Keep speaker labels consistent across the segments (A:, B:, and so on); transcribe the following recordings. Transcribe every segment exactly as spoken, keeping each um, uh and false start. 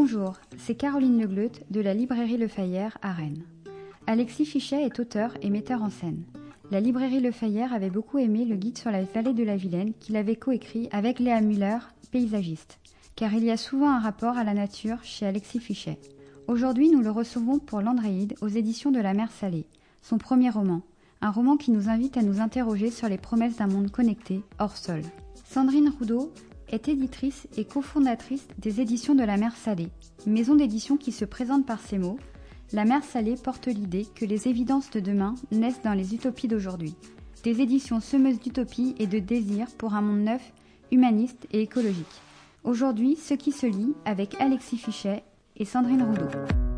A: Bonjour, c'est Caroline Legleut de la librairie Le Fayère à Rennes. Alexis Fichet est auteur et metteur en scène. La librairie Le Fayère avait beaucoup aimé le guide sur la vallée de la Vilaine qu'il avait coécrit avec Léa Müller, paysagiste, car il y a souvent un rapport à la nature chez Alexis Fichet. Aujourd'hui, nous le recevons pour l'Andréide aux éditions de La Mer Salée, son premier roman, un roman qui nous invite à nous interroger sur les promesses d'un monde connecté, hors sol. Sandrine Roudot est éditrice et cofondatrice des éditions de La Mer Salée, maison d'édition qui se présente par ces mots. La Mer Salée porte l'idée que les évidences de demain naissent dans les utopies d'aujourd'hui. Des éditions semeuses d'utopies et de désirs pour un monde neuf, humaniste et écologique. Aujourd'hui, ce qui se lit avec Alexis Fichet et Sandrine Roudot.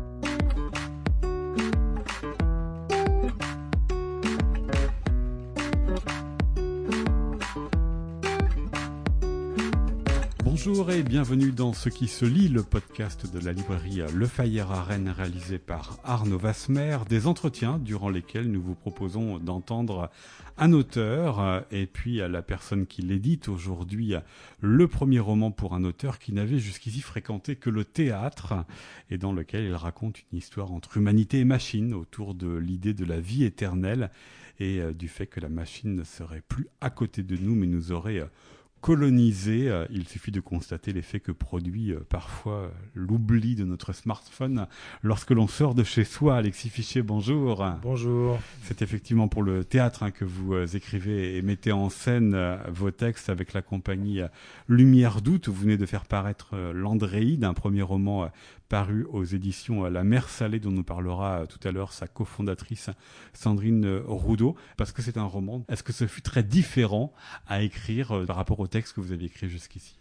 B: Bonjour et bienvenue dans Ce qui se lit, le podcast de la librairie Le Fayère à Rennes réalisé par Arnaud Vasmer, des entretiens durant lesquels nous vous proposons d'entendre un auteur et puis à la personne qui l'édite aujourd'hui, le premier roman pour un auteur qui n'avait jusqu'ici fréquenté que le théâtre et dans lequel il raconte une histoire entre humanité et machine autour de l'idée de la vie éternelle et du fait que la machine ne serait plus à côté de nous mais nous aurait colonisé. Il suffit de constater l'effet que produit euh, parfois l'oubli de notre smartphone lorsque l'on sort de chez soi. Alexis Fichet, bonjour.
C: Bonjour.
B: C'est effectivement pour le théâtre hein, que vous euh, écrivez et mettez en scène euh, vos textes avec la compagnie euh, Lumière d'août. Vous venez de faire paraître euh, l'Andréide, un premier roman euh, paru aux éditions euh, La Mer Salée, dont nous parlera euh, tout à l'heure sa cofondatrice Sandrine euh, Roudot, parce que c'est un roman. Est-ce que ce fut très différent à écrire euh, par rapport au texte que vous avez écrit jusqu'ici?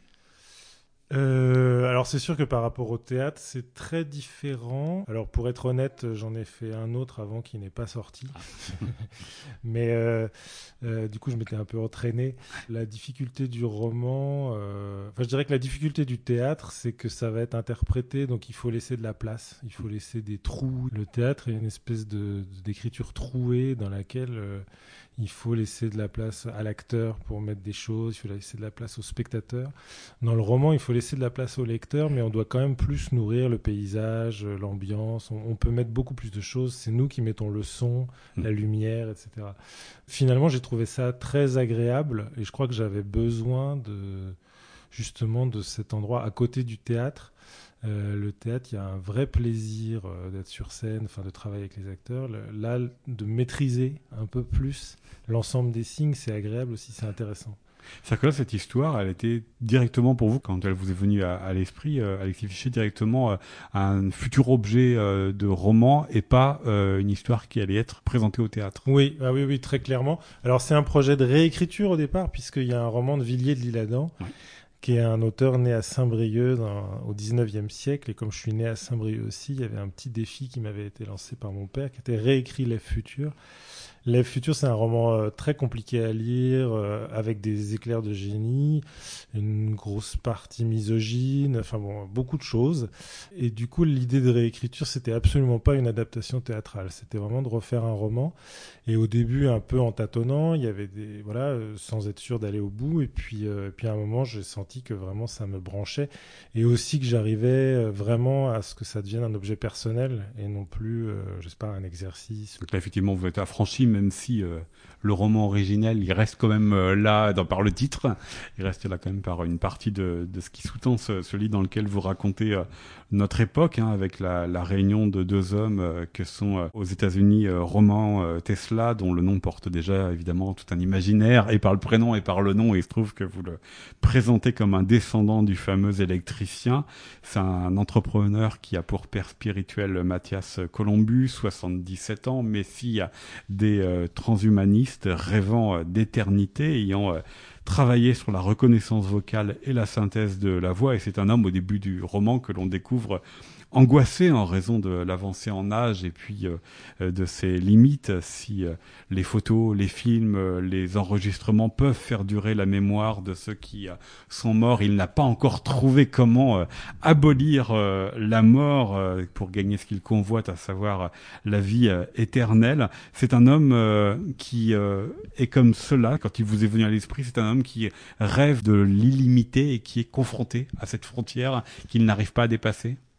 C: Euh, alors c'est sûr que par rapport au théâtre, c'est très différent. Alors pour être honnête, j'en ai fait un autre avant qui n'est pas sorti. Mais euh, euh, du coup, je m'étais un peu entraîné. La difficulté du roman, euh, enfin je dirais que la difficulté du théâtre, c'est que ça va être interprété, donc il faut laisser de la place, il faut laisser des trous. Le théâtre est une espèce de, d'écriture trouée dans laquelle euh, il faut laisser de la place à l'acteur pour mettre des choses, il faut laisser de la place au spectateur. Dans le roman, il faut laisser de la place au lecteur, mais on doit quand même plus nourrir le paysage, l'ambiance. On, on peut mettre beaucoup plus de choses. C'est nous qui mettons le son, mmh. la lumière, et cetera. Finalement, j'ai trouvé ça très agréable et je crois que j'avais besoin de, justement de cet endroit à côté du théâtre. Euh, le théâtre, il y a un vrai plaisir euh, d'être sur scène, enfin de travailler avec les acteurs. Le, là, de maîtriser un peu plus l'ensemble des signes, c'est agréable aussi, c'est intéressant.
B: C'est-à-dire que là, cette histoire, elle était directement pour vous, quand elle vous est venue à, à l'esprit, euh, Alexis Fichet, directement euh, un futur objet euh, de roman et pas euh, une histoire qui allait être présentée au théâtre.
C: Oui, ah oui, oui, très clairement. Alors, c'est un projet de réécriture au départ, puisqu'il y a un roman de Villiers de l'Isle-Adam, ouais. qui est un auteur né à Saint-Brieuc dans, au dix-neuvième siècle. Et comme je suis né à Saint-Brieuc aussi, il y avait un petit défi qui m'avait été lancé par mon père, qui était réécrit L'Ève future. L'Ève future, c'est un roman euh, très compliqué à lire, euh, avec des éclairs de génie, une grosse partie misogyne, enfin bon, beaucoup de choses. Et du coup, l'idée de réécriture, c'était absolument pas une adaptation théâtrale. C'était vraiment de refaire un roman. Et au début, un peu en tâtonnant, il y avait des, voilà, euh, sans être sûr d'aller au bout. Et puis, euh, puis à un moment, j'ai senti que vraiment ça me branchait. Et aussi que j'arrivais vraiment à ce que ça devienne un objet personnel et non plus, euh, je sais pas, un exercice.
B: Donc là, effectivement, vous êtes affranchi, même si euh, le roman originel, il reste quand même euh, là dans, par le titre. Il reste là quand même par une partie de, de ce qui sous-tend ce, ce livre dans lequel vous racontez euh, notre époque, hein, avec la, la réunion de deux hommes euh, que sont euh, aux États-Unis euh, Roman euh, Tesla, dont le nom porte déjà évidemment tout un imaginaire, et par le prénom et par le nom, et il se trouve que vous le présentez comme un descendant du fameux électricien. C'est un entrepreneur qui a pour père spirituel Mathias Columbus, soixante-dix-sept ans, messie des euh, transhumanistes rêvant euh, d'éternité, ayant euh, travaillé sur la reconnaissance vocale et la synthèse de la voix. Et c'est un homme au début du roman que l'on découvre angoissé en raison de l'avancée en âge et puis euh, de ses limites. Si euh, les photos, les films, euh, les enregistrements peuvent faire durer la mémoire de ceux qui euh, sont morts, il n'a pas encore trouvé comment euh, abolir euh, la mort euh, pour gagner ce qu'il convoite, à savoir euh, la vie euh, éternelle. C'est un homme euh, qui euh, est comme cela, quand il vous est venu à l'esprit, c'est un homme qui rêve de l'illimité et qui est confronté à cette frontière qu'il n'arrive pas à dépasser.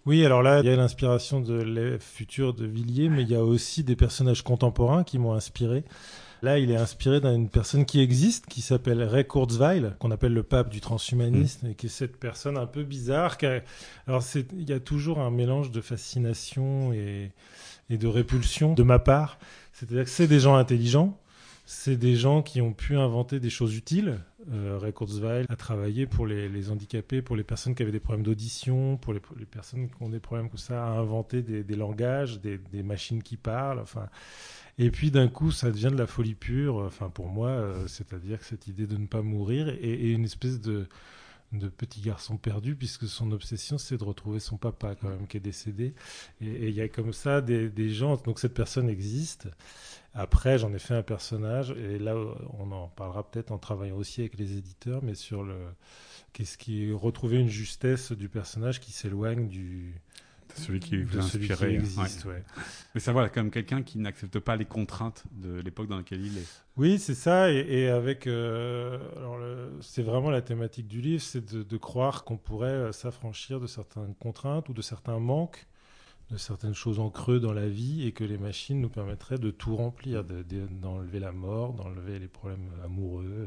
C: Oui, alors là, il y a l'inspiration de l'E F futur de Villiers, mais il y a aussi des personnages contemporains qui m'ont inspiré. Là, il est inspiré d'une personne qui existe, qui s'appelle Ray Kurzweil, qu'on appelle le pape du transhumanisme, mmh. et qui est cette personne un peu bizarre. Qui a... Alors, c'est... il y a toujours un mélange de fascination et... et de répulsion de ma part. C'est-à-dire que c'est des gens intelligents, c'est des gens qui ont pu inventer des choses utiles. Euh, Ray Kurzweil a travaillé pour les, les handicapés, pour les personnes qui avaient des problèmes d'audition, pour les, pour les personnes qui ont des problèmes comme ça, a inventé des, des langages, des, des machines qui parlent. Enfin, et puis d'un coup, ça devient de la folie pure. Enfin, pour moi, euh, c'est-à-dire que cette idée de ne pas mourir et, et une espèce de de petit garçon perdu, puisque son obsession, c'est de retrouver son papa, quand même, qui est décédé. Et il y a comme ça des, des gens... Donc, cette personne existe. Après, j'en ai fait un personnage, et là, on en parlera peut-être en travaillant aussi avec les éditeurs, mais sur le... Qu'est-ce qui est retrouver une justesse du personnage qui s'éloigne du...
B: Celui qui vous
C: de
B: a
C: celui
B: inspiré.
C: qui existe,
B: ouais.
C: ouais.
B: Mais ça, voilà, comme quelqu'un qui n'accepte pas les contraintes de l'époque dans laquelle il est.
C: Oui, c'est ça. Et, et avec, euh, alors le, c'est vraiment la thématique du livre, c'est de, de croire qu'on pourrait s'affranchir de certaines contraintes ou de certains manques, de certaines choses en creux dans la vie, et que les machines nous permettraient de tout remplir, de, de, d'enlever la mort, d'enlever les problèmes amoureux.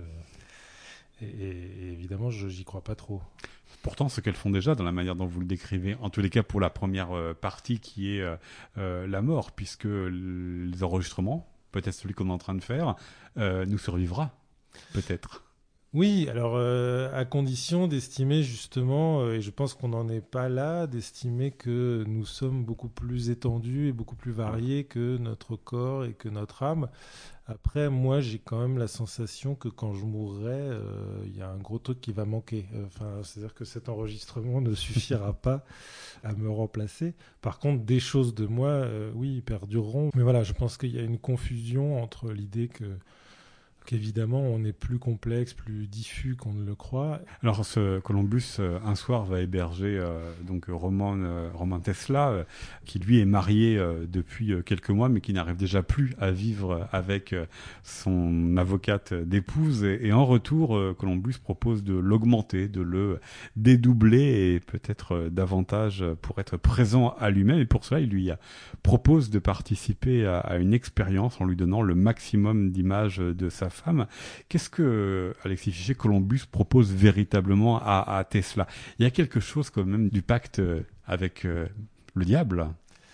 C: Et, et, et évidemment, je j'y crois pas trop.
B: Pourtant, ce qu'elles font déjà dans la manière dont vous le décrivez, en tous les cas pour la première euh, partie qui est euh, euh, la mort, puisque les enregistrements, peut-être celui qu'on est en train de faire, euh, nous survivra, peut-être.
C: Oui, alors euh, à condition d'estimer justement, euh, et je pense qu'on n'en est pas là, d'estimer que nous sommes beaucoup plus étendus et beaucoup plus variés que notre corps et que notre âme. Après, moi, j'ai quand même la sensation que quand je mourrai, il euh, y a un gros truc qui va manquer. Enfin, c'est-à-dire que cet enregistrement ne suffira pas à me remplacer. Par contre, des choses de moi, euh, oui, perdureront. Mais voilà, je pense qu'il y a une confusion entre l'idée que qu'évidemment, on est plus complexe, plus diffus qu'on ne le croit.
B: Alors, ce Columbus, euh, un soir, va héberger euh, donc Roman, euh, Roman Tesla, euh, qui lui est marié euh, depuis euh, quelques mois, mais qui n'arrive déjà plus à vivre avec euh, son avocate d'épouse. Et, et en retour, euh, Columbus propose de l'augmenter, de le dédoubler et peut-être euh, davantage pour être présent à lui-même. Et pour cela, il lui a, propose de participer à, à une expérience en lui donnant le maximum d'images de sa femme. Qu'est-ce que Alexis Fichet, Columbus propose véritablement à, à Tesla? Il y a quelque chose quand même du pacte avec euh, le diable.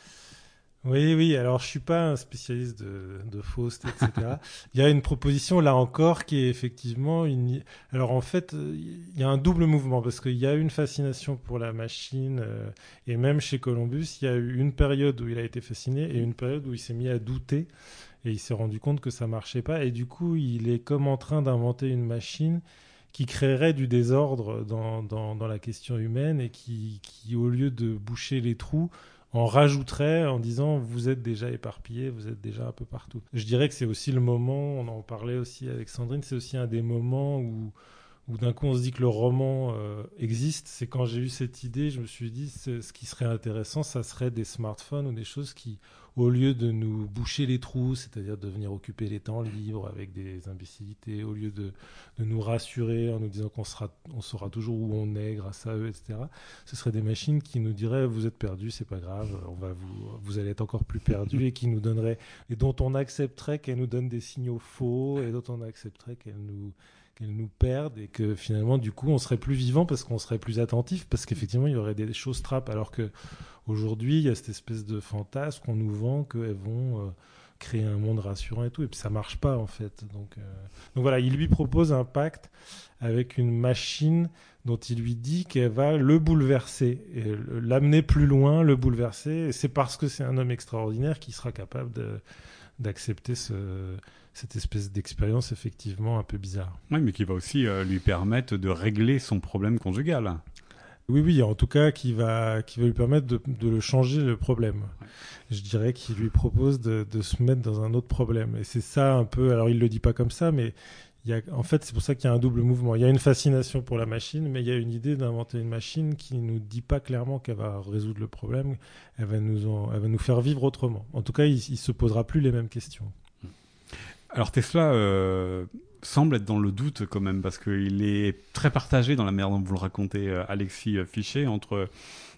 C: Oui, oui, alors je suis pas un spécialiste de, de Faust, et cetera. Il y a une proposition là encore qui est effectivement une... Alors en fait, il y a un double mouvement parce qu'il y a une fascination pour la machine euh, et même chez Columbus, il y a eu une période où il a été fasciné et une période où il s'est mis à douter et il s'est rendu compte que ça marchait pas et du coup, il est comme en train d'inventer une machine qui créerait du désordre dans, dans, dans la question humaine et qui, qui, au lieu de boucher les trous, en rajouterait en disant vous êtes déjà éparpillés, vous êtes déjà un peu partout. Je dirais que c'est aussi le moment, on en parlait aussi avec Sandrine, c'est aussi un des moments où, où d'un coup on se dit que le roman euh, existe. C'est quand j'ai eu cette idée, je me suis dit ce qui serait intéressant, ça serait des smartphones ou des choses qui, au lieu de nous boucher les trous, c'est-à-dire de venir occuper les temps libres avec des imbécilités, au lieu de, de nous rassurer en nous disant qu'on sera, on saura toujours où on est grâce à eux, et cetera. Ce seraient des machines qui nous diraient vous êtes perdus, c'est pas grave, on va vous, vous allez être encore plus perdus et qui nous donneraient et dont on accepterait qu'elles nous donnent des signaux faux et dont on accepterait qu'elles nous qu'elles nous perdent et que finalement du coup on serait plus vivant parce qu'on serait plus attentif parce qu'effectivement il y aurait des choses trappes alors que aujourd'hui il y a cette espèce de fantasme qu'on nous vend qu'elles vont euh, créer un monde rassurant et tout et puis ça marche pas en fait donc, euh... donc voilà il lui propose un pacte avec une machine dont il lui dit qu'elle va le bouleverser et l'amener plus loin, le bouleverser et c'est parce que c'est un homme extraordinaire qui sera capable de, d'accepter ce cette espèce d'expérience effectivement un peu bizarre.
B: Oui, mais qui va aussi euh, lui permettre de régler son problème conjugal.
C: Oui, oui, en tout cas, qui va, qui va lui permettre de, de le changer le problème. Ouais. Je dirais qu'il lui propose de, de se mettre dans un autre problème. Et c'est ça un peu, alors il le dit pas comme ça, mais il y a, en fait, c'est pour ça qu'il y a un double mouvement. Il y a une fascination pour la machine, mais il y a une idée d'inventer une machine qui nous dit pas clairement qu'elle va résoudre le problème. Elle va nous, en, elle va nous faire vivre autrement. En tout cas, il, il se posera plus les mêmes questions.
B: Alors Tesla euh, semble être dans le doute quand même parce qu'il est très partagé dans la manière dont vous le racontez, euh, Alexis Fichet, entre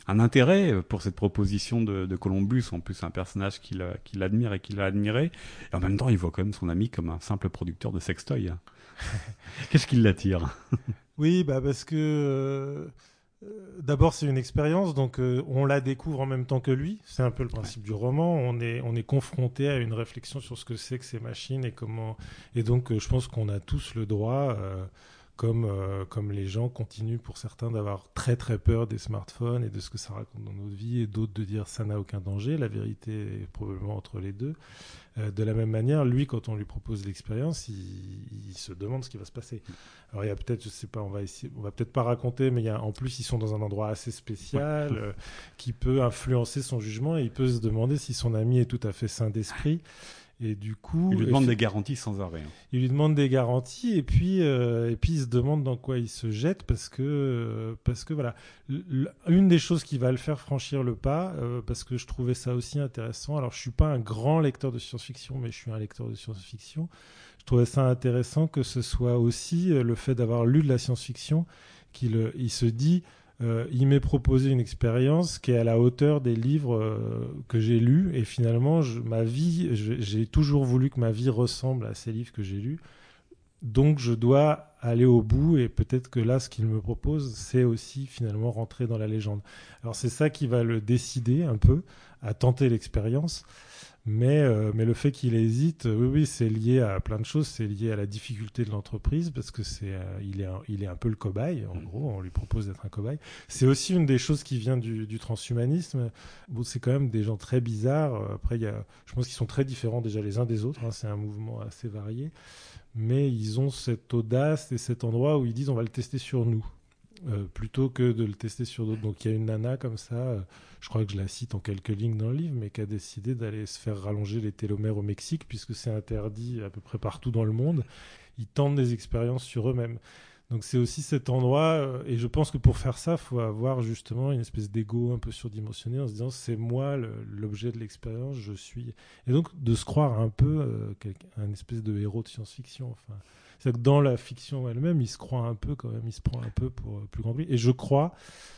B: un intérêt pour cette proposition de, de Columbus. En plus, c'est un personnage qu'il, qu'il admire et qu'il a admiré. Et en même temps, il voit quand même son ami comme un simple producteur de sextoy. Qu'est-ce qui l'attire?
C: Oui, bah parce que euh, d'abord c'est une expérience, donc euh, on la découvre en même temps que lui. C'est un peu le principe ouais. du roman. On est on est confronté à une réflexion sur ce que c'est que ces machines et comment. Et donc euh, je pense qu'on a tous le droit. Euh, Comme, euh, comme les gens continuent pour certains d'avoir très très peur des smartphones et de ce que ça raconte dans notre vie, et d'autres de dire ça n'a aucun danger, la vérité est probablement entre les deux. Euh, de la même manière, lui, quand on lui propose l'expérience, il, il se demande ce qui va se passer. Alors il y a peut-être, je sais pas, on va essayer, on va peut-être pas raconter, mais il y a, en plus ils sont dans un endroit assez spécial euh, qui peut influencer son jugement, et il peut se demander si son ami est tout à fait sain d'esprit. Et du coup,
B: il lui demande des garanties sans arrêt.
C: Il lui demande des garanties et puis euh, et puis il se demande dans quoi il se jette parce que euh, parce que voilà, L- une des choses qui va le faire franchir le pas euh, parce que je trouvais ça aussi intéressant. Alors je suis pas un grand lecteur de science-fiction, mais je suis un lecteur de science-fiction. Je trouvais ça intéressant que ce soit aussi euh, le fait d'avoir lu de la science-fiction qu'il euh, il se dit Euh, il m'est proposé une expérience qui est à la hauteur des livres euh, que j'ai lus, et finalement je, ma vie, je, j'ai toujours voulu que ma vie ressemble à ces livres que j'ai lus, donc je dois aller au bout, et peut-être que là ce qu'il me propose c'est aussi finalement rentrer dans la légende. Alors c'est ça qui va le décider un peu à tenter l'expérience. Mais, euh, mais le fait qu'il hésite, euh, oui, oui, c'est lié à plein de choses. C'est lié à la difficulté de l'entreprise parce que c'est, euh, il est, un, il est un peu le cobaye. En gros, on lui propose d'être un cobaye. C'est aussi une des choses qui vient du, du transhumanisme. Bon, c'est quand même des gens très bizarres. Après, il y a, je pense qu'ils sont très différents déjà les uns des autres. Hein. C'est un mouvement assez varié, mais ils ont cette audace et cet endroit où ils disent on va le tester sur nous. Euh, plutôt que de le tester sur d'autres. Donc il y a une nana comme ça, euh, je crois que je la cite en quelques lignes dans le livre, mais qui a décidé d'aller se faire rallonger les télomères au Mexique, puisque c'est interdit à peu près partout dans le monde. Ils tentent des expériences sur eux-mêmes. Donc c'est aussi cet endroit, euh, et je pense que pour faire ça, il faut avoir justement une espèce d'ego un peu surdimensionné en se disant c'est moi le, l'objet de l'expérience, je suis... Et donc de se croire un peu euh, un espèce de héros de science-fiction, enfin... C'est-à-dire que dans la fiction elle-même, il se croit un peu quand même, il se prend un peu pour euh, plus grand que lui. Et je crois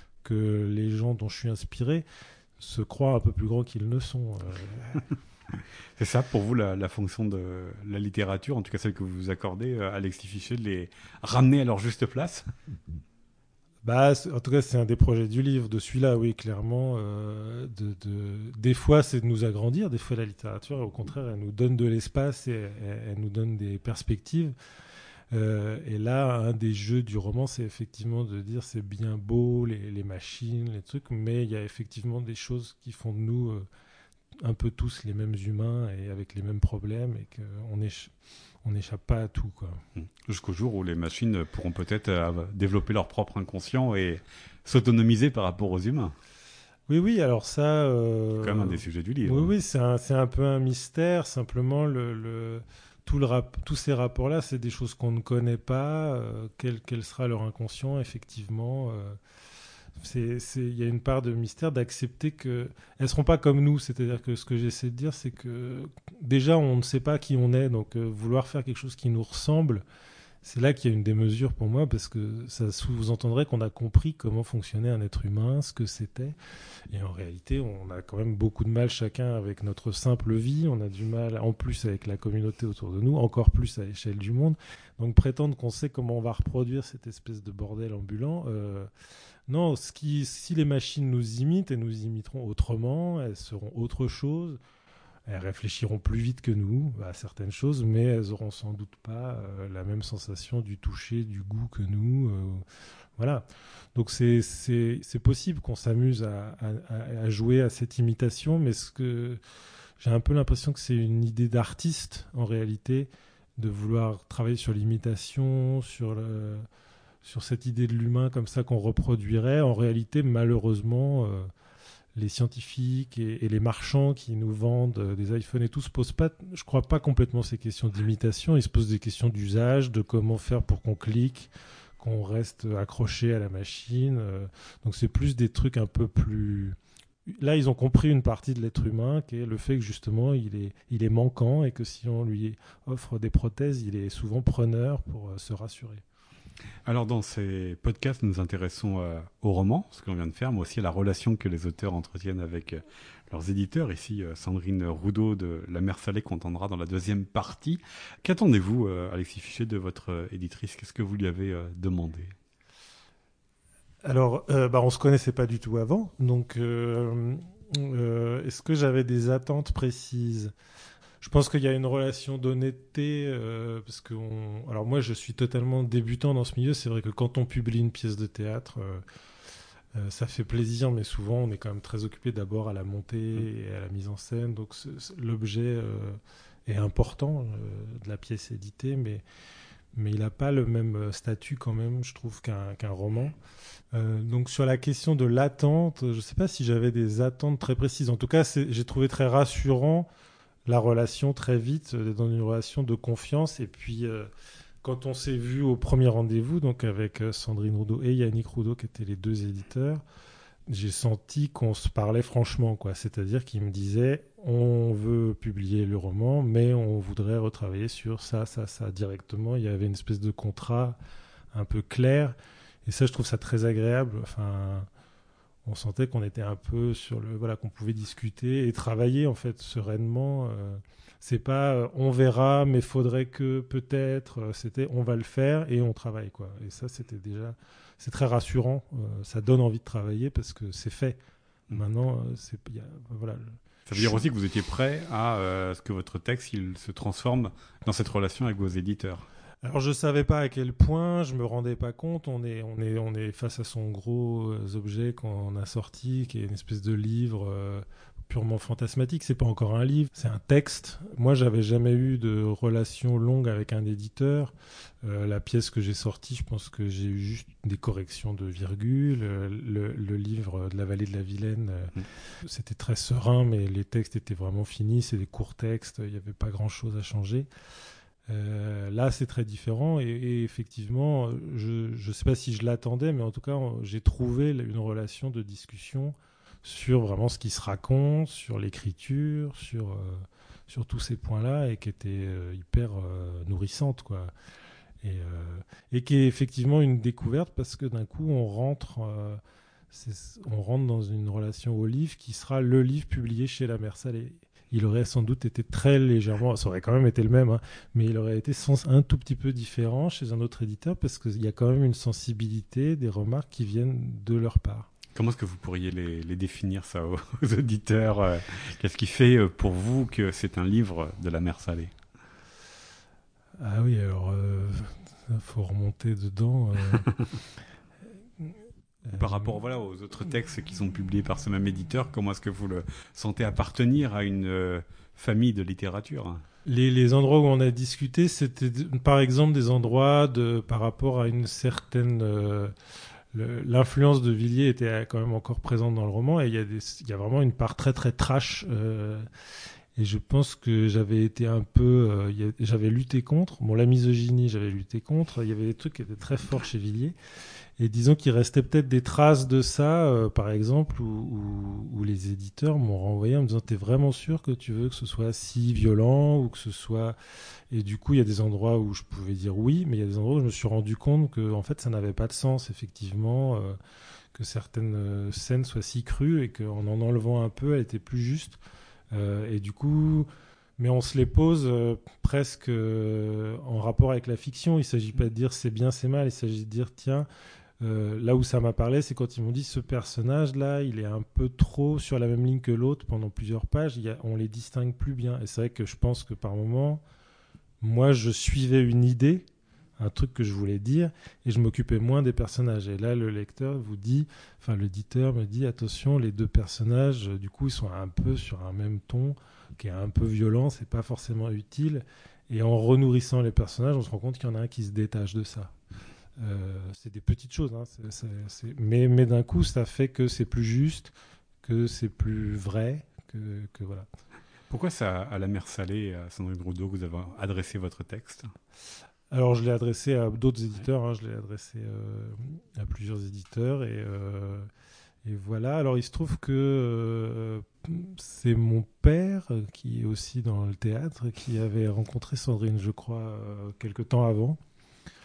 C: que les gens dont je suis inspiré se croient un peu plus grands qu'ils ne sont. Euh...
B: C'est ça pour vous la, la fonction de la littérature, en tout cas celle que vous vous accordez, euh, Alexis Fichet, de les ramener à leur juste place?
C: Bah, en tout cas, c'est un des projets du livre, de celui-là, oui, clairement. Euh, de, de... Des fois, c'est de nous agrandir, des fois, la littérature, au contraire, elle nous donne de l'espace et elle, elle nous donne des perspectives. Euh, et là, un des jeux du roman, c'est effectivement de dire c'est bien beau, les, les machines, les trucs, mais il y a effectivement des choses qui font de nous euh, un peu tous les mêmes humains et avec les mêmes problèmes, et qu'on éch- on n'échappe pas à tout, quoi.
B: Jusqu'au jour où les machines pourront peut-être euh, développer leur propre inconscient et s'autonomiser par rapport aux humains.
C: Oui, oui, alors ça... Euh,
B: c'est quand même un des sujets du livre.
C: Oui, oui, c'est un, c'est un peu un mystère, simplement le... le... Tout le rap- tous ces rapports-là, c'est des choses qu'on ne connaît pas. Euh, quel, quel sera leur inconscient, effectivement euh, c'est, c'est, y a une part de mystère d'accepter qu'elles ne seront pas comme nous. C'est-à-dire que ce que j'essaie de dire, c'est que déjà, on ne sait pas qui on est. Donc, euh, vouloir faire quelque chose qui nous ressemble, c'est là qu'il y a une démesure pour moi, parce que ça sous-entendrait qu'on a compris comment fonctionnait un être humain, ce que c'était. Et en réalité, on a quand même beaucoup de mal chacun avec notre simple vie. On a du mal, en plus, avec la communauté autour de nous, encore plus à l'échelle du monde. Donc prétendre qu'on sait comment on va reproduire cette espèce de bordel ambulant... Euh, non, ce qui, si les machines nous imitent, elles nous imiteront autrement, elles seront autre chose. Elles réfléchiront plus vite que nous à certaines choses, mais elles auront sans doute pas euh, la même sensation du toucher, du goût que nous. Euh, voilà. Donc c'est, c'est, c'est possible qu'on s'amuse à, à, à jouer à cette imitation, mais ce que j'ai un peu l'impression que c'est une idée d'artiste en réalité, de vouloir travailler sur l'imitation, sur le, sur cette idée de l'humain comme ça qu'on reproduirait. En réalité, malheureusement. Euh, les scientifiques et, et les marchands qui nous vendent euh, des iPhones et tout se posent pas, je crois pas complètement ces questions d'imitation. Ils se posent des questions d'usage, de comment faire pour qu'on clique, qu'on reste accroché à la machine. Euh, donc c'est plus des trucs un peu plus... Là, ils ont compris une partie de l'être humain, qui est le fait que justement, il est, il est manquant et que si on lui offre des prothèses, il est souvent preneur pour euh, se rassurer.
B: Alors dans ces podcasts, nous nous intéressons euh, au roman, ce qu'on vient de faire, mais aussi à la relation que les auteurs entretiennent avec euh, leurs éditeurs. Ici, euh, Sandrine Roudot de La Mer Salée qu'on entendra dans la deuxième partie. Qu'attendez-vous, euh, Alexis Fichet, de votre euh, éditrice? Qu'est-ce que vous lui avez euh, demandé?
C: Alors, euh, bah, on se connaissait pas du tout avant, donc euh, euh, est-ce que j'avais des attentes précises? Je pense qu'il y a une relation d'honnêteté, euh, parce que on... alors moi je suis totalement débutant dans ce milieu. C'est vrai que quand on publie une pièce de théâtre, euh, euh, ça fait plaisir, mais souvent on est quand même très occupé d'abord à la montée et à la mise en scène. Donc c- c- l'objet euh, est important euh, de la pièce éditée, mais mais il n'a pas le même statut quand même, je trouve, qu'un qu'un roman. Euh, donc sur la question de l'attente, je ne sais pas si j'avais des attentes très précises. En tout cas, c'est- j'ai trouvé très rassurant la relation très vite, euh, dans une relation de confiance. Et puis, euh, quand on s'est vu au premier rendez-vous, donc avec euh, Sandrine Roudot et Yannick Roudot, qui étaient les deux éditeurs, j'ai senti qu'on se parlait franchement, quoi. C'est-à-dire qu'ils me disaient, on veut publier le roman, mais on voudrait retravailler sur ça, ça, ça directement. Il y avait une espèce de contrat un peu clair. Et ça, je trouve ça très agréable. Enfin, on sentait qu'on était un peu sur le, voilà, qu'on pouvait discuter et travailler en fait sereinement. Euh, c'est pas euh, on verra, mais faudrait que peut-être. Euh, c'était on va le faire et on travaille, quoi. Et ça, c'était déjà, c'est très rassurant. Euh, ça donne envie de travailler parce que c'est fait.
B: Mm.
C: Maintenant, euh, c'est, y a, voilà.
B: Ça veut dire aussi que vous étiez prêt à euh, ce que votre texte il se transforme dans cette relation avec vos éditeurs.
C: Alors je savais pas à quel point, je me rendais pas compte. On est, on est, on est face à son gros euh, objet qu'on a sorti, qui est une espèce de livre euh, purement fantasmatique. C'est pas encore un livre, c'est un texte. Moi, j'avais jamais eu de relation longue avec un éditeur. Euh, la pièce que j'ai sortie, je pense que j'ai eu juste des corrections de virgule. Euh, le, le livre de la vallée de la Vilaine, euh, mmh. c'était très serein, mais les textes étaient vraiment finis. C'est des courts textes, il n'y avait pas grand-chose à changer. Euh, là, c'est très différent et, et effectivement, je ne sais pas si je l'attendais, mais en tout cas, j'ai trouvé une relation de discussion sur vraiment ce qui se raconte, sur l'écriture, sur, euh, sur tous ces points-là et qui était euh, hyper euh, nourrissante, quoi. Et, euh, et qui est effectivement une découverte parce que d'un coup, on rentre, euh, c'est, on rentre dans une relation au livre qui sera le livre publié chez La Mer Salée. Il aurait sans doute été très légèrement, ça aurait quand même été le même, hein, mais il aurait été sans, un tout petit peu différent chez un autre éditeur parce qu'il y a quand même une sensibilité, des remarques qui viennent de leur part.
B: Comment est-ce que vous pourriez les, les définir, ça, aux, aux auditeurs euh, Qu'est-ce qui fait euh, pour vous que c'est un livre de La Mer Salée?
C: Ah oui, alors, il euh, faut remonter dedans. Euh...
B: Par rapport voilà, aux autres textes qui sont publiés par ce même éditeur, comment est-ce que vous le sentez appartenir à une euh, famille de littérature?
C: Les, les endroits où on a discuté, c'était par exemple des endroits de, par rapport à une certaine... Euh, le, l'influence de Villiers était quand même encore présente dans le roman et il y a, des, il y a vraiment une part très très trash. Euh, et je pense que j'avais été un peu... Euh, y a, j'avais lutté contre. Bon, la misogynie, j'avais lutté contre. Il y avait des trucs qui étaient très forts chez Villiers. Et disons qu'il restait peut-être des traces de ça, euh, par exemple, où, où, où les éditeurs m'ont renvoyé en me disant « T'es vraiment sûr que tu veux que ce soit si violent ?» ou que ce soit... Et du coup, il y a des endroits où je pouvais dire oui, mais il y a des endroits où je me suis rendu compte que en fait, ça n'avait pas de sens, effectivement, euh, que certaines euh, scènes soient si crues et qu'en en enlevant un peu, elles étaient plus justes. Euh, et du coup... Mais on se les pose euh, presque euh, en rapport avec la fiction. Il ne s'agit pas de dire c'est bien, c'est mal. Il s'agit de dire, tiens... Euh, là où ça m'a parlé, c'est quand ils m'ont dit ce personnage-là, il est un peu trop sur la même ligne que l'autre pendant plusieurs pages. Il y a, on les distingue plus bien. Et c'est vrai que je pense que par moment, moi, je suivais une idée, un truc que je voulais dire, et je m'occupais moins des personnages. Et là, le lecteur vous dit, enfin, l'éditeur me dit, attention, les deux personnages, du coup, ils sont un peu sur un même ton, qui est un peu violent, c'est pas forcément utile. Et en renourrissant les personnages, on se rend compte qu'il y en a un qui se détache de ça. Euh, c'est des petites choses, hein, c'est, c'est, c'est... Mais, mais d'un coup, ça fait que c'est plus juste, que c'est plus vrai, que, que voilà.
B: Pourquoi ça, à La Mer Salée, à Sandrine Roudot, vous avez adressé votre texte?
C: Alors, je l'ai adressé à d'autres éditeurs, hein, je l'ai adressé euh, à plusieurs éditeurs, et, euh, et voilà. Alors, il se trouve que euh, c'est mon père, qui est aussi dans le théâtre, qui avait rencontré Sandrine, je crois, euh, quelque temps avant.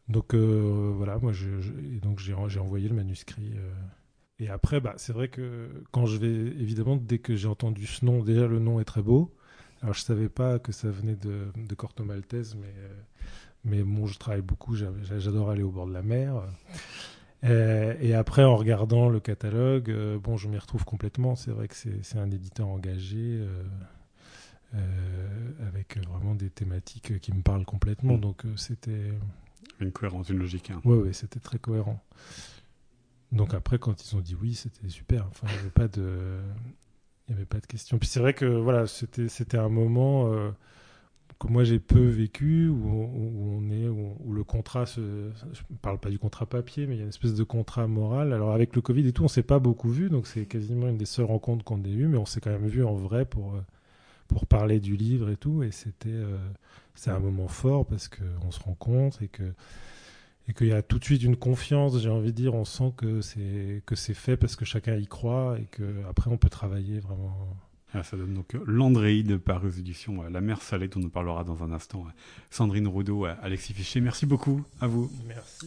C: Donc euh, voilà, moi je, je- et donc j'ai, j'ai envoyé le manuscrit. euh. Et après, bah, c'est vrai que quand je vais, évidemment, dès que j'ai entendu ce nom, déjà le nom est très beau. Alors je savais pas que ça venait de, de Corto Maltese, mais, euh, mais bon, je travaille beaucoup, j'a- j'a- j'adore aller au bord de la mer. Euh, et après, en regardant le catalogue, euh, bon, je m'y retrouve complètement. C'est vrai que c'est, c'est un éditeur engagé. euh, euh, avec vraiment des thématiques qui me parlent complètement.
B: Mm.
C: Donc euh, c'était,
B: Une cohérence, une logique. Hein.
C: ouais, ouais, c'était très cohérent. Donc après, quand ils ont dit oui, c'était super. Enfin, il n'y avait pas de, il y avait pas de question. Puis c'est vrai que voilà, c'était, c'était un moment euh, que moi j'ai peu vécu où, où on est, où, où le contrat, se, je ne parle pas du contrat papier, mais il y a une espèce de contrat moral. Alors avec le Covid et tout, on s'est pas beaucoup vu, donc c'est quasiment une des seules rencontres qu'on ait eues, mais on s'est quand même vu en vrai pour euh, pour parler du livre et tout, et c'était euh, c'est un moment fort parce qu'on se rencontre et que et qu'il y a tout de suite une confiance, j'ai envie de dire, on sent que c'est que c'est fait parce que chacun y croit et que après on peut travailler vraiment.
B: Ah, ça donne donc euh, L'Andréide par aux éditions euh, La Mer Salée, dont on nous parlera dans un instant. euh, Sandrine Roudot, euh, Alexis Fichet, merci beaucoup à vous.
C: Merci.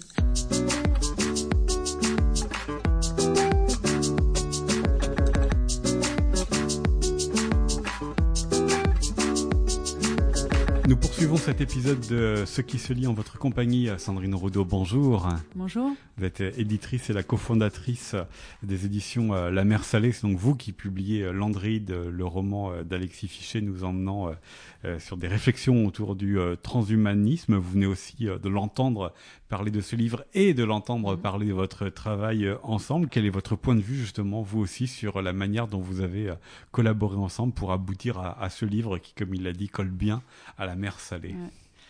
B: Nous poursuivons cet épisode de Ce qui se lit en votre compagnie. Sandrine Roudot, bonjour.
D: Bonjour.
B: Vous êtes éditrice et la cofondatrice des éditions La Mer Salée. C'est donc vous qui publiez L'Andréide, le roman d'Alexis Fichet, nous emmenant sur des réflexions autour du transhumanisme. Vous venez aussi de l'entendre parler de ce livre et de l'entendre mmh. parler de votre travail ensemble. Quel est votre point de vue, justement, vous aussi, sur la manière dont vous avez collaboré ensemble pour aboutir à, à ce livre qui, comme il l'a dit, colle bien à La Mer Salée?
D: Ouais.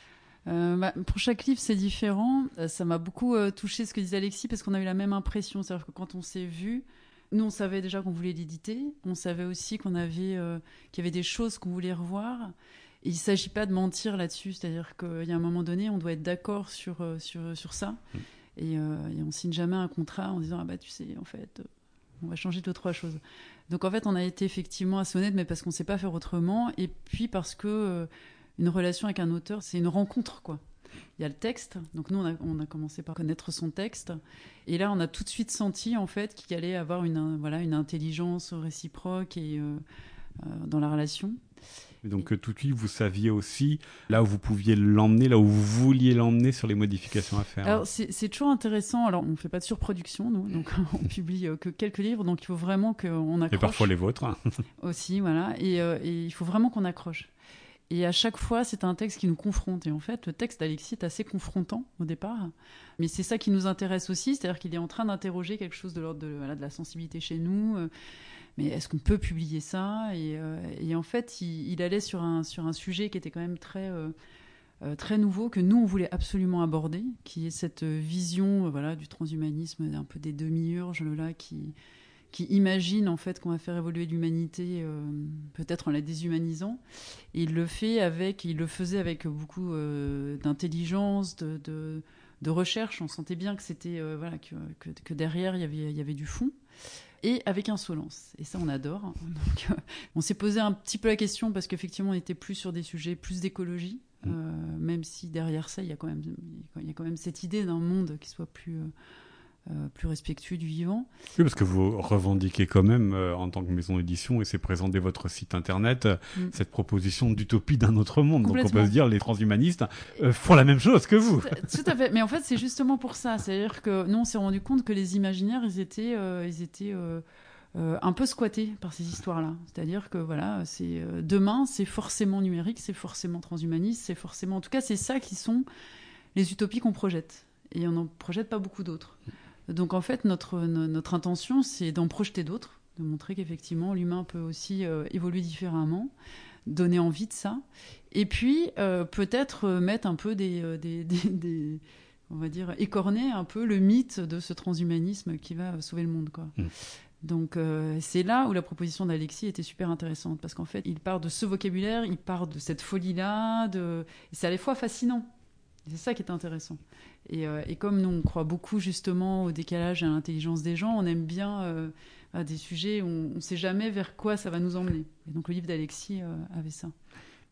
D: Euh, bah, pour chaque livre, c'est différent. Euh, ça m'a beaucoup euh, touché ce que disait Alexis parce qu'on a eu la même impression. C'est-à-dire que quand on s'est vu, nous, on savait déjà qu'on voulait l'éditer. On savait aussi qu'on avait, euh, qu'il y avait des choses qu'on voulait revoir. Et il ne s'agit pas de mentir là-dessus. C'est-à-dire qu'il y a un moment donné, on doit être d'accord sur, euh, sur, sur ça. Mmh. Et, euh, et on ne signe jamais un contrat en disant « Ah bah tu sais, en fait, on va changer deux, trois choses. » Donc en fait, on a été effectivement assez honnête, mais parce qu'on ne sait pas faire autrement. Et puis parce que... Euh, une relation avec un auteur, c'est une rencontre, quoi. Il y a le texte, donc nous on a, on a commencé par connaître son texte, et là on a tout de suite senti en fait qu'il allait avoir une, un, voilà, une intelligence réciproque et, euh, euh, dans la relation.
B: Et donc et... tout de suite vous saviez aussi là où vous pouviez l'emmener, là où vous vouliez l'emmener sur les modifications à faire.
D: Alors c'est, c'est toujours intéressant, alors on ne fait pas de surproduction nous, donc on publie euh, que quelques livres, donc il faut vraiment qu'on accroche.
B: Et parfois les vôtres.
D: Aussi, voilà, et, euh, et il faut vraiment qu'on accroche. Et à chaque fois, c'est un texte qui nous confronte. Et en fait, le texte d'Alexis est assez confrontant au départ. Mais c'est ça qui nous intéresse aussi. C'est-à-dire qu'il est en train d'interroger quelque chose de l'ordre de, voilà, de la sensibilité chez nous. Mais est-ce qu'on peut publier ça ? et, euh, et en fait, il, il allait sur un, sur un sujet qui était quand même très, euh, très nouveau, que nous, on voulait absolument aborder, qui est cette vision euh, voilà, du transhumanisme, un peu des demi-urges, là, qui... qui imagine en fait qu'on va faire évoluer l'humanité, euh, peut-être en la déshumanisant. Et il le fait avec, il le faisait avec beaucoup euh, d'intelligence, de, de, de recherche. On sentait bien que c'était euh, voilà que, que, que derrière il y avait il y avait du fond. Et avec insolence. Et ça, on adore. Donc, euh, on s'est posé un petit peu la question parce qu'effectivement, on était plus sur des sujets plus d'écologie, mmh. euh, même si derrière ça, il y a quand même il y a quand même cette idée d'un monde qui soit plus euh, Euh, plus respectueux du vivant.
B: Oui, parce que vous revendiquez quand même, euh, en tant que maison d'édition, et c'est présent dès votre site internet, mm. cette proposition d'utopie d'un autre monde. Donc on peut se dire, les transhumanistes euh, font la même chose que vous.
D: Tout à, tout à fait. Mais en fait, c'est justement pour ça. C'est-à-dire que nous, on s'est rendu compte que les imaginaires, ils étaient, euh, ils étaient euh, euh, un peu squattés par ces histoires-là. C'est-à-dire que voilà, c'est, euh, demain, c'est forcément numérique, c'est forcément transhumaniste, c'est forcément... En tout cas, c'est ça qui sont les utopies qu'on projette. Et on n'en projette pas beaucoup d'autres. Donc en fait, notre, notre intention, c'est d'en projeter d'autres, de montrer qu'effectivement, l'humain peut aussi euh, évoluer différemment, donner envie de ça, et puis euh, peut-être mettre un peu des, des, des, des, on va dire, écorner un peu le mythe de ce transhumanisme qui va sauver le monde, quoi. Mmh. Donc euh, c'est là où la proposition d'Alexis était super intéressante, parce qu'en fait, il part de ce vocabulaire, il part de cette folie-là, de... et c'est à la fois fascinant. C'est ça qui est intéressant. Et, euh, et comme nous, on croit beaucoup justement au décalage et à l'intelligence des gens, on aime bien euh, des sujets où on ne sait jamais vers quoi ça va nous emmener. Et donc le livre d'Alexis euh, avait ça.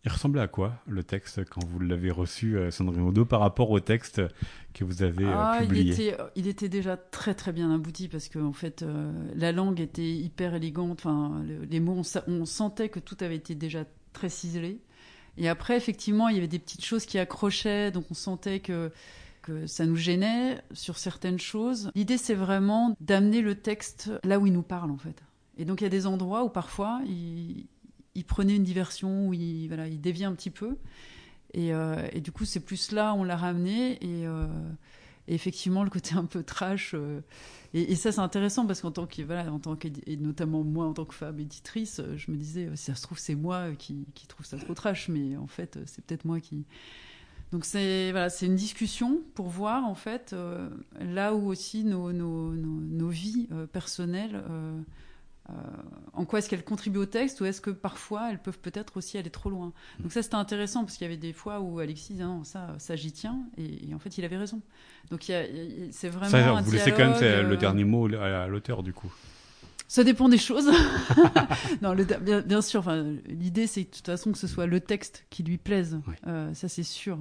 B: Il ressemblait à quoi, le texte, quand vous l'avez reçu, euh, Sandrine Odo, par rapport au texte que vous avez
D: ah,
B: euh, publié?
D: il était, il était déjà très très bien abouti, parce que en fait, euh, la langue était hyper élégante. Enfin, le, les mots, on, on sentait que tout avait été déjà très ciselé. Et après, effectivement, il y avait des petites choses qui accrochaient, donc on sentait que, que ça nous gênait sur certaines choses. L'idée, c'est vraiment d'amener le texte là où il nous parle, en fait. Et donc, il y a des endroits où parfois, il... il prenait une diversion, où il, voilà, il déviait un petit peu. Et, euh, et du coup, c'est plus là, on l'a ramené. Et, euh, et effectivement, le côté un peu trash. Euh, et, et ça, c'est intéressant, parce qu'en tant que, voilà, en tant que, et notamment moi, en tant que femme éditrice, je me disais, si ça se trouve, c'est moi qui, qui trouve ça trop trash. Mais en fait, c'est peut-être moi qui... Donc, c'est, voilà, c'est une discussion pour voir, en fait, euh, là où aussi nos, nos, nos, nos vies euh, personnelles... Euh, Euh, en quoi est-ce qu'elles contribuent au texte, ou est-ce que parfois elles peuvent peut-être aussi aller trop loin. Donc ça, c'était intéressant, parce qu'il y avait des fois où Alexis disait non, ça, ça j'y tiens, et, et en fait il avait raison. Donc il y a, il, c'est vraiment
B: ça,
D: un
B: vous
D: dialogue.
B: laissez quand même
D: euh...
B: le dernier mot à, à l'auteur, du coup.
D: Ça dépend des choses. Non, le, bien, bien sûr. Enfin, l'idée, c'est de toute façon que ce soit le texte qui lui plaise.
B: Oui.
D: Euh, ça, c'est sûr.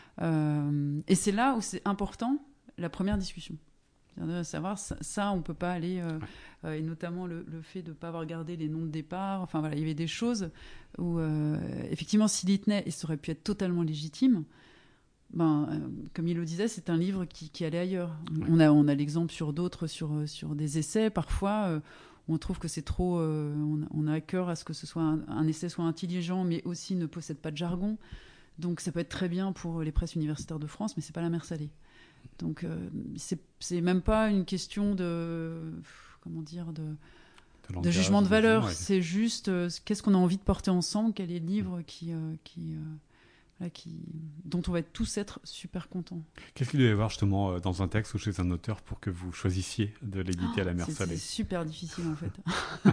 D: Euh, et c'est là où c'est important, la première discussion. De savoir ça, ça on peut pas aller euh,
B: ouais.
D: euh, et notamment le, le fait de pas avoir gardé les noms de départ. Enfin voilà, il y avait des choses où euh, effectivement, s'il y tenait, et ça aurait pu être totalement légitime. Ben, euh, comme il le disait, c'est un livre qui, qui allait ailleurs.
B: Ouais.
D: On a, on a l'exemple sur d'autres, sur sur des essais parfois. Euh, on trouve que c'est trop. Euh, on, a, on a à cœur à ce que ce soit un, un essai soit intelligent, mais aussi ne possède pas de jargon. Donc ça peut être très bien pour les presses universitaires de France, mais c'est pas la mer salée. Donc euh, c'est, c'est même pas une question de comment dire de, de, langage, de jugement de valeur. Ouais. C'est juste euh, qu'est-ce qu'on a envie de porter ensemble, quel est le livre qui euh, qui, euh, là, qui dont on va tous être super contents.
B: Qu'est-ce qu'il doit y avoir justement dans un texte ou chez un auteur pour que vous choisissiez de l'éditer oh, à la mer
D: c'est,
B: salée?
D: C'est super difficile en fait.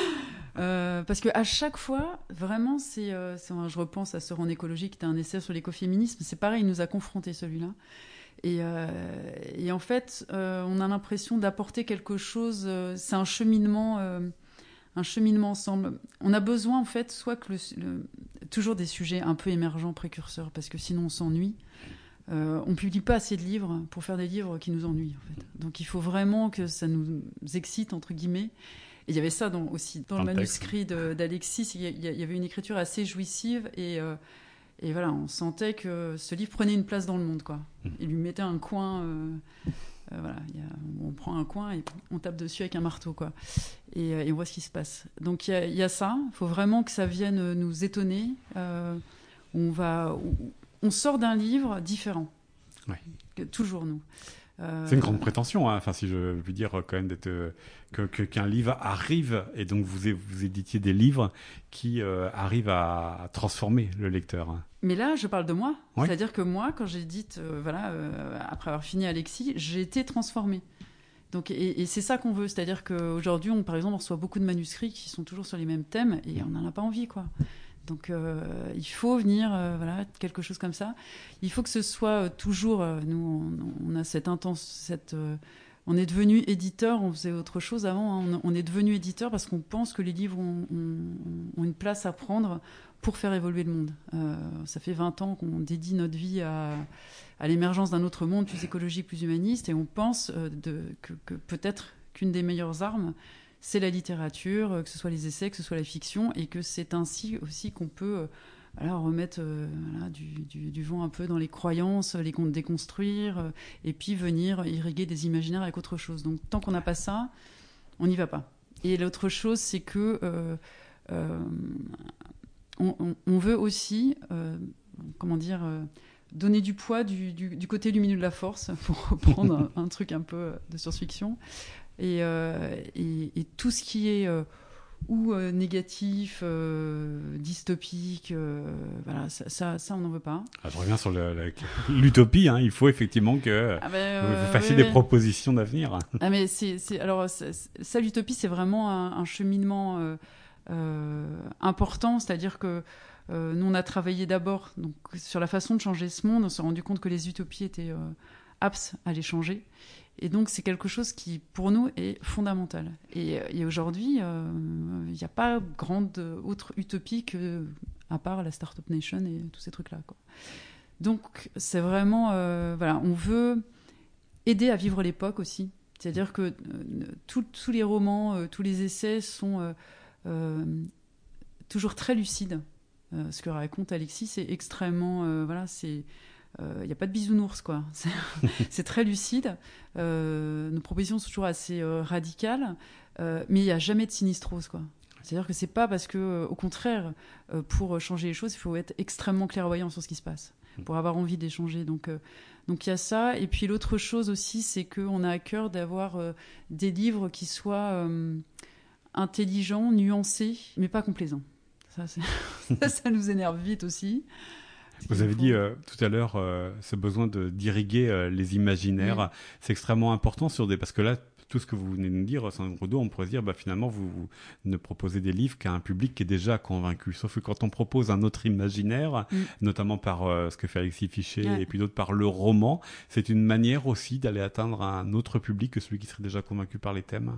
D: Euh, parce que à chaque fois, vraiment, c'est, euh, c'est je repense à Sœurs en écologie, qui était un essai sur l'écoféminisme. C'est pareil, il nous a confrontés celui-là. Et, euh, et en fait, euh, on a l'impression d'apporter quelque chose. Euh, c'est un cheminement, euh, un cheminement ensemble. On a besoin, en fait, soit que le, le, toujours des sujets un peu émergents, précurseurs, parce que sinon on s'ennuie. Euh, on publie pas assez de livres pour faire des livres qui nous ennuient, en fait. Donc il faut vraiment que ça nous excite, entre guillemets. Et il y avait ça dans, aussi dans, dans le manuscrit de, d'Alexis. Il y, il y avait une écriture assez jouissive et euh, Et voilà, on sentait que ce livre prenait une place dans le monde, quoi. Il lui mettait un coin, euh, euh, voilà, y a, on prend un coin et on tape dessus avec un marteau, quoi. Et, et on voit ce qui se passe. Donc il y, y a ça. Il faut vraiment que ça vienne nous étonner. Euh, on va, on sort d'un livre différent.
B: Ouais.
D: Que, toujours nous.
B: Euh... C'est une grande prétention, hein. Enfin, si je veux dire quand même d'être, euh, que, que, qu'un livre arrive, et donc vous, vous éditiez des livres qui euh, arrivent à, à transformer le lecteur. Hein.
D: Mais là, je parle de moi.
B: Oui.
D: C'est-à-dire que moi, quand j'édite, euh, voilà, euh, après avoir fini Alexis, j'ai été transformée. Donc, et, et c'est ça qu'on veut. C'est-à-dire qu'aujourd'hui, on, par exemple, on reçoit beaucoup de manuscrits qui sont toujours sur les mêmes thèmes, et on n'en a pas envie, quoi. Donc euh, il faut venir, euh, voilà, quelque chose comme ça. Il faut que ce soit euh, toujours, euh, nous on, on a cette intense, cette, euh, on est devenu éditeur, on faisait autre chose avant, hein, on, on est devenu éditeur parce qu'on pense que les livres ont, ont, ont une place à prendre pour faire évoluer le monde. Euh, ça fait vingt ans qu'on dédie notre vie à, à l'émergence d'un autre monde plus écologique, plus humaniste, et on pense euh, de, que, que peut-être qu'une des meilleures armes, c'est la littérature, que ce soit les essais, que ce soit la fiction, et que c'est ainsi aussi qu'on peut euh, voilà, remettre euh, voilà, du, du, du vent un peu dans les croyances, les déconstruire, euh, et puis venir irriguer des imaginaires avec autre chose. Donc tant qu'on n'a pas ça, on n'y va pas. Et l'autre chose, c'est que euh, euh, on, on, on veut aussi, euh, comment dire, euh, donner du poids du, du, du côté lumineux de la force, pour reprendre un, un truc un peu de science-fiction. Et, euh, et, et tout ce qui est euh, ou euh, négatif, euh, dystopique, euh, voilà, ça, ça, ça on n'en veut pas.
B: Ah, je reviens sur le, le, l'utopie. Hein. Il faut effectivement que ah ben, euh, vous fassiez oui, des oui. propositions d'avenir.
D: Ah mais c'est, c'est alors ça, ça l'utopie, c'est vraiment un, un cheminement euh, euh, important, c'est-à-dire que euh, nous on a travaillé d'abord donc sur la façon de changer ce monde. On s'est rendu compte que les utopies étaient euh, aptes à les changer. Et donc, c'est quelque chose qui, pour nous, est fondamental. Et, et aujourd'hui, il euh, n'y a pas grande autre utopie que, à part la Startup Nation et tous ces trucs-là, quoi. Donc, c'est vraiment... Euh, voilà, on veut aider à vivre l'époque aussi. C'est-à-dire que euh, tous les romans, euh, tous les essais sont euh, euh, toujours très lucides. Euh, ce que raconte Alexis, c'est extrêmement... Euh, voilà, c'est... Il euh, n'y a pas de bisounours, quoi. C'est, c'est très lucide. Euh, nos propositions sont toujours assez euh, radicales, euh, mais il n'y a jamais de sinistrose, quoi. C'est-à-dire que c'est pas parce que, euh, au contraire, euh, pour changer les choses, il faut être extrêmement clairvoyant sur ce qui se passe, pour avoir envie d'échanger. Donc, euh, donc il y a ça. Et puis l'autre chose aussi, c'est qu'on a à cœur d'avoir euh, des livres qui soient euh, intelligents, nuancés, mais pas complaisants. Ça, c'est... ça, ça nous énerve vite aussi.
B: Vous avez dit euh, tout à l'heure euh, ce besoin de d'irriguer euh, les imaginaires, mmh. c'est extrêmement important sur des parce que là tout ce que vous venez de nous dire, Sandrine Roudot, on pourrait se dire bah finalement vous, vous ne proposez des livres qu'à un public qui est déjà convaincu. Sauf que quand on propose un autre imaginaire, mmh. notamment par euh, ce que fait Alexis Fichet ouais. et puis d'autres par le roman, c'est une manière aussi d'aller atteindre un autre public que celui qui serait déjà convaincu par les thèmes.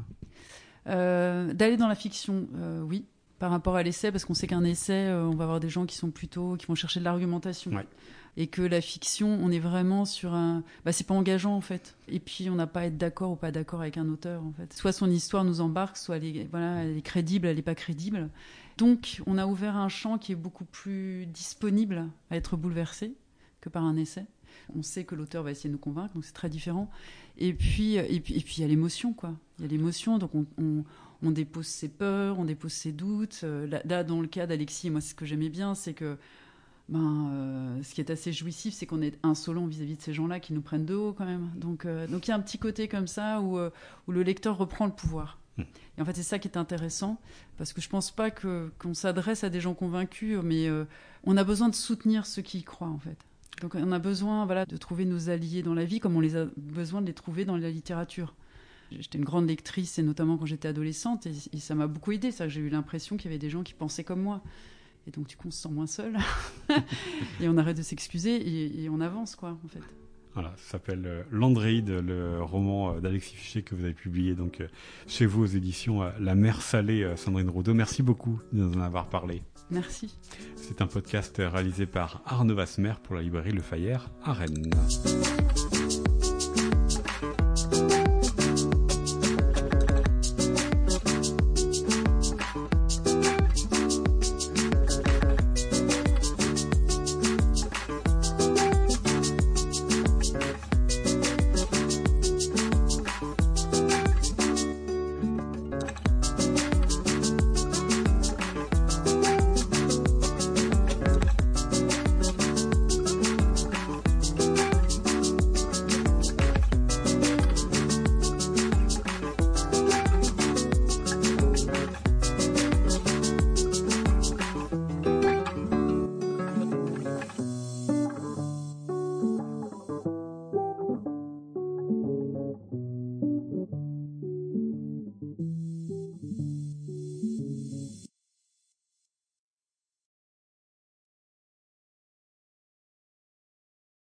D: Euh, d'aller dans la fiction, euh, oui. Par rapport à l'essai, parce qu'on sait qu'un essai, euh, on va avoir des gens qui sont plutôt, qui vont chercher de l'argumentation. Ouais. Et que la fiction, on est vraiment sur un... Bah, c'est pas engageant, en fait. Et puis, on n'a pas à être d'accord ou pas d'accord avec un auteur, en fait. Soit son histoire nous embarque, soit elle est, voilà, elle est crédible, elle n'est pas crédible. Donc, on a ouvert un champ qui est beaucoup plus disponible à être bouleversé que par un essai. On sait que l'auteur va essayer de nous convaincre, donc c'est très différent. Et puis, et puis, et puis il y a l'émotion, quoi. Il y a l'émotion, donc on... on On dépose ses peurs, on dépose ses doutes. Là, là dans le cas d'Alexis, moi, ce que j'aimais bien, c'est que ben, euh, ce qui est assez jouissif, c'est qu'on est insolent vis-à-vis de ces gens-là qui nous prennent de haut quand même. Donc, euh, donc il y a un petit côté comme ça où, euh, où le lecteur reprend le pouvoir. Mmh. Et en fait, c'est ça qui est intéressant, parce que je ne pense pas que, qu'on s'adresse à des gens convaincus, mais euh, on a besoin de soutenir ceux qui y croient, en fait. Donc on a besoin voilà, de trouver nos alliés dans la vie, comme on les a besoin de les trouver dans la littérature. J'étais une grande lectrice, et notamment quand j'étais adolescente, et, et ça m'a beaucoup aidée. C'est-à-dire que j'ai eu l'impression qu'il y avait des gens qui pensaient comme moi. Et donc, du coup, on se sent moins seul. Et on arrête de s'excuser, et, et on avance, quoi, en fait.
B: Voilà, ça s'appelle euh, L'Andréide, le roman euh, d'Alexis Fichet que vous avez publié donc, euh, chez vous aux éditions euh, La Mer Salée, euh, Sandrine Roudot. Merci beaucoup de nous en avoir parlé.
D: Merci.
B: C'est un podcast réalisé par Arnaud Vasmer pour la librairie Le Fayère à Rennes.